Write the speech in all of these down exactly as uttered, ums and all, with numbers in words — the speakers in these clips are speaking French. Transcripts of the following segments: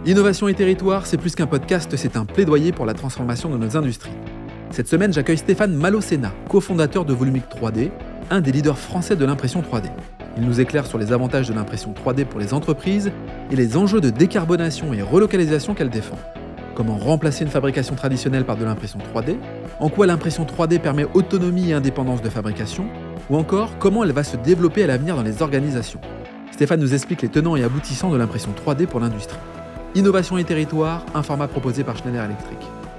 Innovation et territoire, c'est plus qu'un podcast, c'est un plaidoyer pour la transformation de nos industries. Cette semaine, j'accueille Stéphane Malocena, cofondateur de Volumic trois D, un des leaders français de l'impression trois D. Il nous éclaire sur les avantages de l'impression trois D pour les entreprises et les enjeux de décarbonation et relocalisation qu'elle défend. Comment remplacer une fabrication traditionnelle par de l'impression trois D, en quoi l'impression trois D permet autonomie et indépendance de fabrication, ou encore comment elle va se développer à l'avenir dans les organisations. Stéphane nous explique les tenants et aboutissants de l'impression trois D pour l'industrie. Innovation et territoire, un format proposé par Schneider Electric.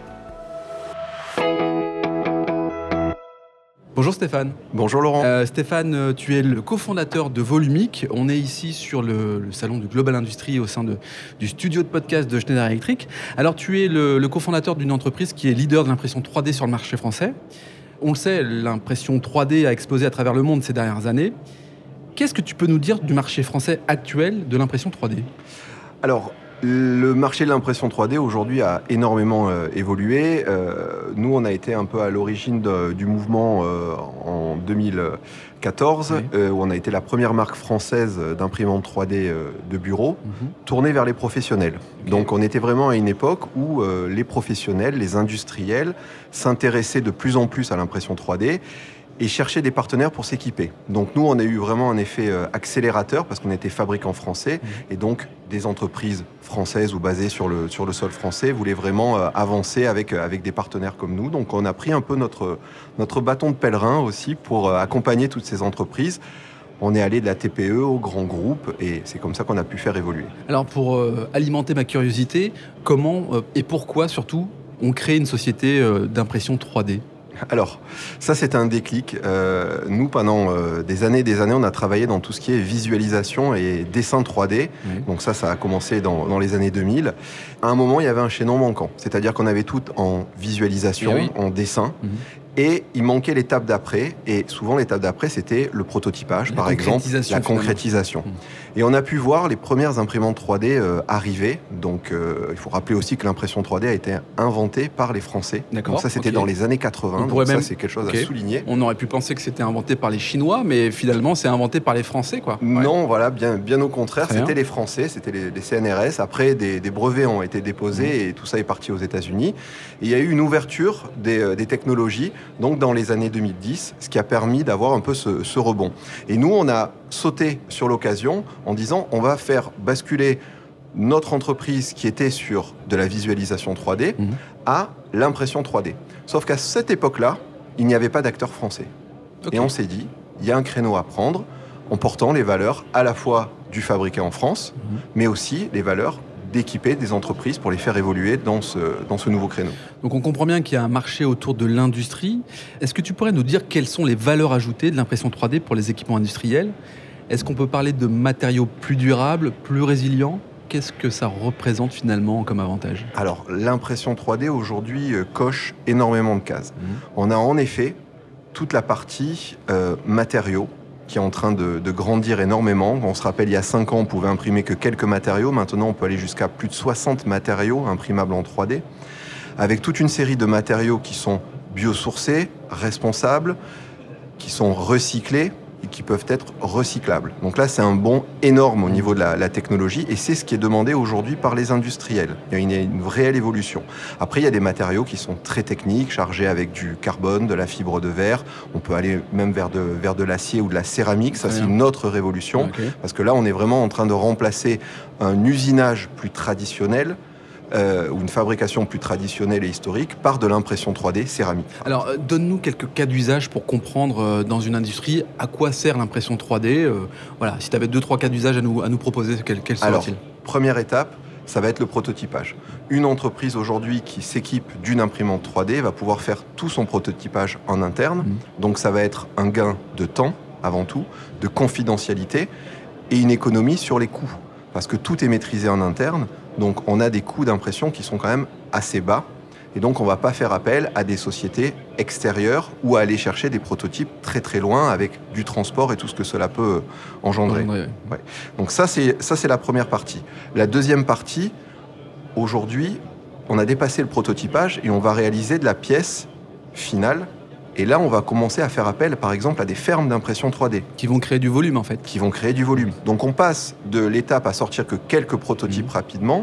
Bonjour Stéphane. Bonjour Laurent. Euh, Stéphane, tu es le cofondateur de Volumic. On est ici sur le, le salon du Global Industry au sein de, du studio de podcast de Schneider Electric. Alors tu es le, le cofondateur d'une entreprise qui est leader de l'impression trois D sur le marché français. On le sait, l'impression trois D a explosé à travers le monde ces dernières années. Qu'est-ce que tu peux nous dire du marché français actuel de l'impression trois D ? Alors, le marché de l'impression trois D aujourd'hui a énormément euh, évolué. Euh, nous, on a été un peu à l'origine de, du mouvement euh, en deux mille quatorze, oui. euh, où on a été la première marque française d'imprimante trois D euh, de bureau, mm-hmm. tournée vers les professionnels. Okay. Donc, on était vraiment à une époque où euh, les professionnels, les industriels, s'intéressaient de plus en plus à l'impression trois D et chercher des partenaires pour s'équiper. Donc nous, on a eu vraiment un effet euh, accélérateur parce qu'on était fabricant français mmh. et donc des entreprises françaises ou basées sur le, sur le sol français voulaient vraiment euh, avancer avec, euh, avec des partenaires comme nous. Donc on a pris un peu notre, notre bâton de pèlerin aussi pour euh, accompagner toutes ces entreprises. On est allé de la T P E au grand groupe et c'est comme ça qu'on a pu faire évoluer. Alors pour euh, alimenter ma curiosité, comment euh, et pourquoi surtout on crée une société euh, d'impression trois D ? Alors, ça c'est un déclic. Euh, nous, pendant euh, des années et des années, on a travaillé dans tout ce qui est visualisation et dessin trois D. Oui. Donc ça, ça a commencé dans, dans les années deux mille. À un moment, il y avait un chaînon manquant. C'est-à-dire qu'on avait tout en visualisation, oui. en dessin. Mm-hmm. Et il manquait l'étape d'après, et souvent l'étape d'après, c'était le prototypage, la par exemple, la concrétisation. Mmh. Et on a pu voir les premières imprimantes trois D euh, arriver. Donc, euh, il faut rappeler aussi que l'impression trois D a été inventée par les Français. D'accord. Donc ça, c'était okay. dans les années quatre-vingts. Donc ça, même... c'est quelque chose okay. à souligner. On aurait pu penser que c'était inventé par les Chinois, mais finalement, c'est inventé par les Français, quoi. Non, ouais. voilà, bien, bien au contraire. Très c'était bien. Les Français, c'était les, les C N R S. Après, des, des brevets ont été déposés mmh. et tout ça est parti aux États-Unis. Et il y a eu une ouverture des, des technologies. Donc dans les années deux mille dix, ce qui a permis d'avoir un peu ce, ce rebond. Et nous, on a sauté sur l'occasion en disant on va faire basculer notre entreprise qui était sur de la visualisation trois D mmh. à l'impression trois D. Sauf qu'à cette époque-là, il n'y avait pas d'acteurs français. Okay. Et on s'est dit, il y a un créneau à prendre en portant les valeurs à la fois du fabriqué en France, mmh. mais aussi les valeurs d'équiper des entreprises pour les faire évoluer dans ce, dans ce nouveau créneau. Donc on comprend bien qu'il y a un marché autour de l'industrie. Est-ce que tu pourrais nous dire quelles sont les valeurs ajoutées de l'impression trois D pour les équipements industriels ? Est-ce qu'on peut parler de matériaux plus durables, plus résilients ? Qu'est-ce que ça représente finalement comme avantage ? Alors l'impression trois D aujourd'hui euh, coche énormément de cases. Mmh. On a en effet toute la partie euh, matériaux, qui est en train de, de grandir énormément. On se rappelle, il y a cinq ans, on pouvait imprimer que quelques matériaux. Maintenant, on peut aller jusqu'à plus de soixante matériaux imprimables en trois D, avec toute une série de matériaux qui sont biosourcés, responsables, qui sont recyclés et qui peuvent être recyclables. Donc là, c'est un bond énorme au niveau de la, la technologie et c'est ce qui est demandé aujourd'hui par les industriels. Il y a une, une réelle évolution. Après, il y a des matériaux qui sont très techniques, chargés avec du carbone, de la fibre de verre. On peut aller même vers de, vers de l'acier ou de la céramique. Ça, c'est une autre révolution. Okay. Parce que là, on est vraiment en train de remplacer un usinage plus traditionnel Euh, ou une fabrication plus traditionnelle et historique par de l'impression trois D céramique. Alors, euh, donne-nous quelques cas d'usage pour comprendre euh, dans une industrie à quoi sert l'impression trois D. Euh, voilà, si tu avais deux, trois cas d'usage à nous, à nous proposer, quels quel seraient-ils ? Alors, première étape, ça va être le prototypage. Une entreprise aujourd'hui qui s'équipe d'une imprimante trois D va pouvoir faire tout son prototypage en interne. Mmh. Donc, ça va être un gain de temps, avant tout, de confidentialité et une économie sur les coûts. Parce que tout est maîtrisé en interne. Donc, on a des coûts d'impression qui sont quand même assez bas. Et donc, on ne va pas faire appel à des sociétés extérieures ou à aller chercher des prototypes très, très loin avec du transport et tout ce que cela peut engendrer. engendrer. Ouais. Donc, ça c'est, ça, c'est la première partie. La deuxième partie, aujourd'hui, on a dépassé le prototypage et on va réaliser de la pièce finale. Et là, on va commencer à faire appel, par exemple, à des fermes d'impression trois D. Qui vont créer du volume, en fait. Qui vont créer du volume. Donc, on passe de l'étape à sortir que quelques prototypes mmh. rapidement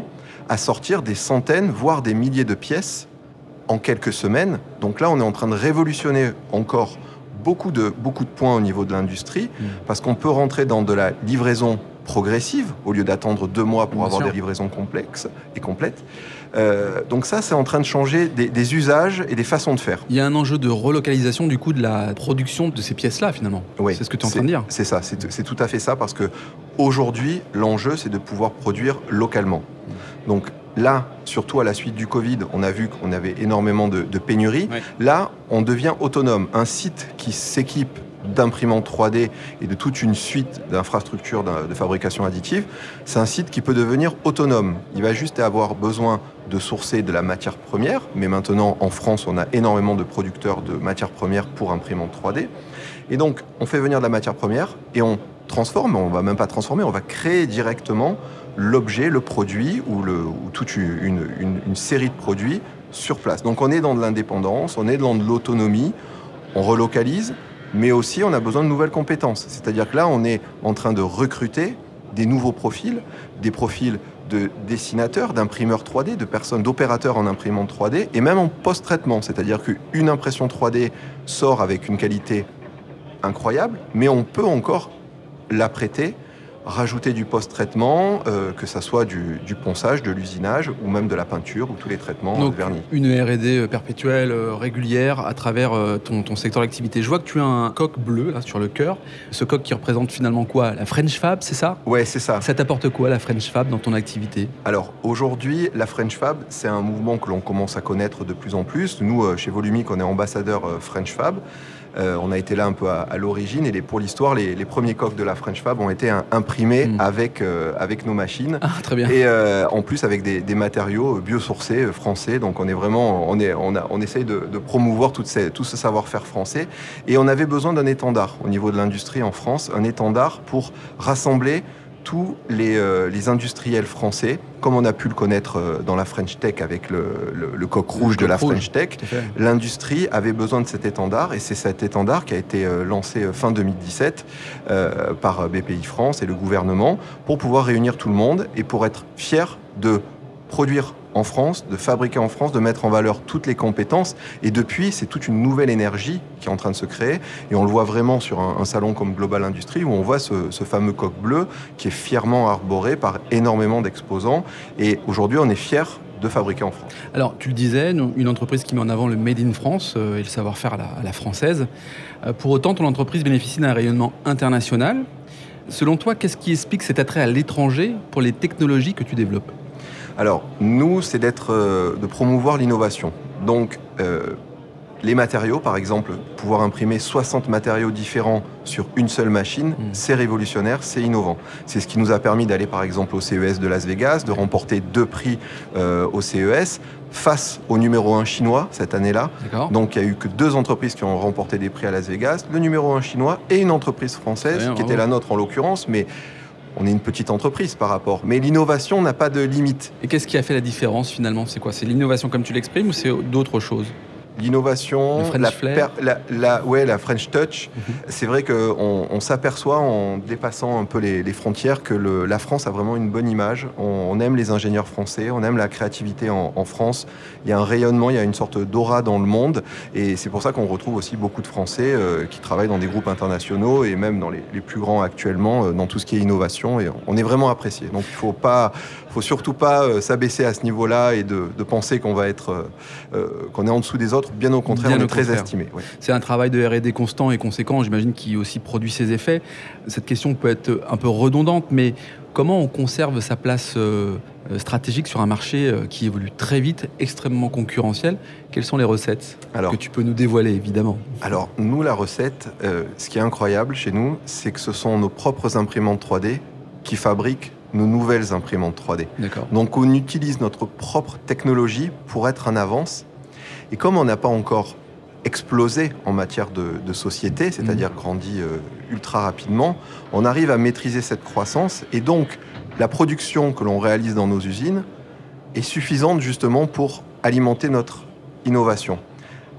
à sortir des centaines, voire des milliers de pièces en quelques semaines. Donc là, on est en train de révolutionner encore beaucoup de, beaucoup de points au niveau de l'industrie, mmh. parce qu'on peut rentrer dans de la livraison progressive, au lieu d'attendre deux mois pour Bien avoir sûr. des livraisons complexes et complètes. Euh, donc ça, c'est en train de changer des, des usages et des façons de faire. Il y a un enjeu de relocalisation du coup de la production de ces pièces-là finalement. Oui, c'est ce que tu es en train de dire. C'est ça, c'est, c'est tout à fait ça, parce que aujourd'hui, l'enjeu, c'est de pouvoir produire localement. Mmh. Donc là, surtout à la suite du Covid, on a vu qu'on avait énormément de, de pénuries. Oui. Là, on devient autonome. Un site qui s'équipe d'imprimantes trois D et de toute une suite d'infrastructures de fabrication additive, c'est un site qui peut devenir autonome. Il va juste avoir besoin de sourcer de la matière première, mais maintenant, en France, on a énormément de producteurs de matières premières pour imprimantes trois D. Et donc, on fait venir de la matière première et on transforme, on ne va même pas transformer, on va créer directement l'objet, le produit ou, le, ou toute une, une, une série de produits sur place. Donc, on est dans de l'indépendance, on est dans de l'autonomie, on relocalise, mais aussi on a besoin de nouvelles compétences. C'est-à-dire que là, on est en train de recruter des nouveaux profils, des profils de dessinateurs, d'imprimeurs trois D, de personnes, d'opérateurs en imprimante trois D, et même en post-traitement. C'est-à-dire qu'une impression trois D sort avec une qualité incroyable, mais on peut encore l'apprêter, rajouter du post-traitement, euh, que ça soit du, du ponçage, de l'usinage, ou même de la peinture, ou tous les traitements Donc, de vernis. Une R et D perpétuelle, régulière, à travers ton, ton secteur d'activité. Je vois que tu as un coq bleu, là, sur le cœur. Ce coq qui représente finalement quoi ? La French Fab, c'est ça ? Ouais, c'est ça. Ça t'apporte quoi, la French Fab, dans ton activité ? Alors, aujourd'hui, la French Fab, c'est un mouvement que l'on commence à connaître de plus en plus. Nous, euh, chez Volumic, on est ambassadeur euh, French Fab. Euh, on a été là un peu à, à l'origine, et les, pour l'histoire, les, les premiers coqs de la French Fab ont été un, imprimés mmh. avec, euh, avec nos machines. Ah, très bien. Et euh, en plus avec des, des matériaux biosourcés euh, français. Donc on est vraiment, on, est, on, a, on essaye de, de promouvoir toutes ces, tout ce savoir-faire français. Et on avait besoin d'un étendard au niveau de l'industrie en France, un étendard pour rassembler tous les, euh, les industriels français, comme on a pu le connaître euh, dans la French Tech avec le, le, le coq rouge le de coq la rouge. French Tech. L'industrie avait besoin de cet étendard, et c'est cet étendard qui a été euh, lancé euh, fin deux mille dix-sept euh, par B P I France et le gouvernement, pour pouvoir réunir tout le monde et pour être fier de produire en France, de fabriquer en France, de mettre en valeur toutes les compétences. Et depuis, c'est toute une nouvelle énergie qui est en train de se créer. Et on le voit vraiment sur un, un salon comme Global Industries, où on voit ce, ce fameux coq bleu qui est fièrement arboré par énormément d'exposants. Et aujourd'hui, on est fiers de fabriquer en France. Alors, tu le disais, une entreprise qui met en avant le Made in France euh, et le savoir-faire à la, à la française. Euh, pour autant, ton entreprise bénéficie d'un rayonnement international. Selon toi, qu'est-ce qui explique cet attrait à l'étranger pour les technologies que tu développes ? Alors, nous, c'est d'être, euh, de promouvoir l'innovation. Donc, euh, les matériaux, par exemple, pouvoir imprimer soixante matériaux différents sur une seule machine, mmh. c'est révolutionnaire, c'est innovant. C'est ce qui nous a permis d'aller, par exemple, au C E S de Las Vegas, de remporter deux prix euh, au C E S, face au numéro un chinois cette année-là. D'accord. Donc, il n'y a eu que deux entreprises qui ont remporté des prix à Las Vegas, le numéro un chinois et une entreprise française, bien, qui bravo. était la nôtre en l'occurrence, mais on est une petite entreprise par rapport. Mais l'innovation n'a pas de limite. Et qu'est-ce qui a fait la différence finalement ? C'est quoi ? C'est l'innovation comme tu l'exprimes, ou c'est d'autres choses ? L'innovation, la, per, la, la, ouais, la French Touch, mm-hmm. c'est vrai qu'on on s'aperçoit en dépassant un peu les, les frontières que le, la France a vraiment une bonne image. On, on aime les ingénieurs français, on aime la créativité en, en France. Il y a un rayonnement, il y a une sorte d'aura dans le monde, et c'est pour ça qu'on retrouve aussi beaucoup de Français euh, qui travaillent dans des groupes internationaux et même dans les, les plus grands actuellement, euh, dans tout ce qui est innovation, et on est vraiment apprécié. Donc il ne faut pas, faut surtout pas euh, s'abaisser à ce niveau-là et de, de penser qu'on va être, euh, euh, qu'on est en dessous des autres. Bien au contraire, Bien on est très contraire. estimé. Oui. C'est un travail de R et D constant et conséquent, j'imagine, qui aussi produit ses effets. Cette question peut être un peu redondante, mais comment on conserve sa place euh, stratégique sur un marché euh, qui évolue très vite, extrêmement concurrentiel ? Quelles sont les recettes alors, que tu peux nous dévoiler, évidemment ? Alors, nous, la recette, euh, ce qui est incroyable chez nous, c'est que ce sont nos propres imprimantes trois D qui fabriquent nos nouvelles imprimantes trois D. D'accord. Donc, on utilise notre propre technologie pour être en avance. Et comme on n'a pas encore explosé en matière de, de société, c'est-à-dire mmh. grandi euh, ultra rapidement, on arrive à maîtriser cette croissance. Et donc, la production que l'on réalise dans nos usines est suffisante justement pour alimenter notre innovation.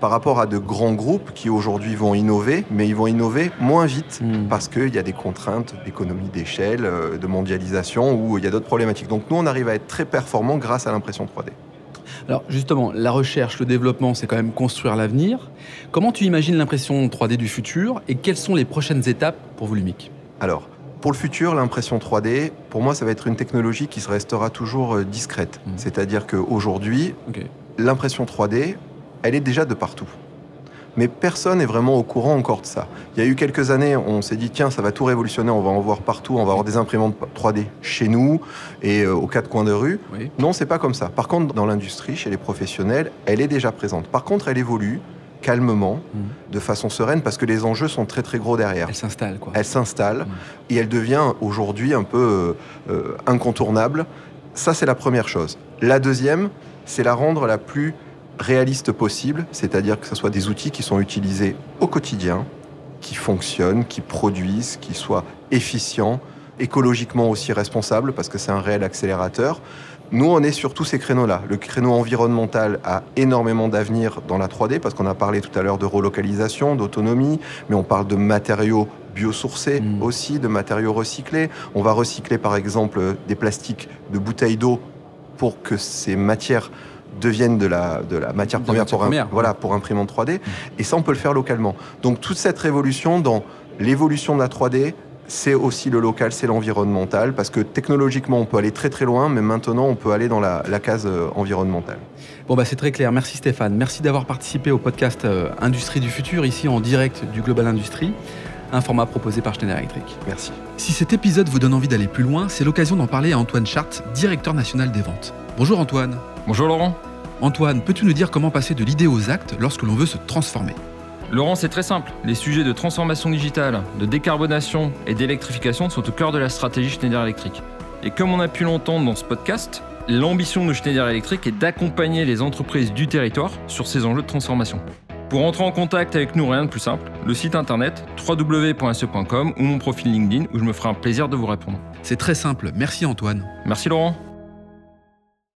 par rapport à de grands groupes qui aujourd'hui vont innover, mais ils vont innover moins vite mmh. parce qu'il y a des contraintes d'économie d'échelle, de mondialisation, ou il y a d'autres problématiques. Donc nous, on arrive à être très performants grâce à l'impression trois D. Alors justement, la recherche, le développement, c'est quand même construire l'avenir. Comment tu imagines l'impression trois D du futur et quelles sont les prochaines étapes pour Volumic ? Alors, pour le futur, l'impression trois D, pour moi, ça va être une technologie qui restera toujours discrète. Mmh. C'est-à-dire qu'aujourd'hui, okay. l'impression trois D, elle est déjà de partout. Mais personne n'est vraiment au courant encore de ça. Il y a eu quelques années, on s'est dit, tiens, ça va tout révolutionner, on va en voir partout, on va avoir des imprimantes trois D chez nous et euh, aux quatre coins de rue. Oui. Non, c'est pas comme ça. Par contre, dans l'industrie, chez les professionnels, elle est déjà présente. Par contre, elle évolue calmement, mmh. de façon sereine, parce que les enjeux sont très très gros derrière. Elle s'installe, quoi. Elle s'installe, mmh. et elle devient aujourd'hui un peu euh, incontournable. Ça, c'est la première chose. La deuxième, c'est la rendre la plus réaliste possible, c'est-à-dire que ce soit des outils qui sont utilisés au quotidien, qui fonctionnent, qui produisent, qui soient efficients, écologiquement aussi responsables, parce que c'est un réel accélérateur. Nous, on est sur tous ces créneaux-là. Le créneau environnemental a énormément d'avenir dans la trois D, parce qu'on a parlé tout à l'heure de relocalisation, d'autonomie, mais on parle de matériaux biosourcés mmh. aussi, de matériaux recyclés. On va recycler, par exemple, des plastiques de bouteilles d'eau pour que ces matières deviennent de la, de la matière de première, matière pour, première un, voilà, pour imprimante trois D. Mmh. Et ça, on peut le faire localement. Donc, toute cette révolution dans l'évolution de la trois D, c'est aussi le local, c'est l'environnemental, parce que technologiquement, on peut aller très très loin, mais maintenant, on peut aller dans la, la case euh, environnementale. Bon, bah, c'est très clair. Merci Stéphane. Merci d'avoir participé au podcast euh, Industrie du futur, ici en direct du Global Industrie, un format proposé par Schneider Electric. Merci. Si cet épisode vous donne envie d'aller plus loin, c'est l'occasion d'en parler à Antoine Chart, directeur national des ventes. Bonjour Antoine. Bonjour Laurent. Antoine, peux-tu nous dire comment passer de l'idée aux actes lorsque l'on veut se transformer ? Laurent, c'est très simple. Les sujets de transformation digitale, de décarbonation et d'électrification sont au cœur de la stratégie Schneider Electric. Et comme on a pu l'entendre dans ce podcast, l'ambition de Schneider Electric est d'accompagner les entreprises du territoire sur ces enjeux de transformation. Pour entrer en contact avec nous, rien de plus simple, le site internet w w w point s e point com ou mon profil LinkedIn où je me ferai un plaisir de vous répondre. C'est très simple. Merci Antoine. Merci Laurent.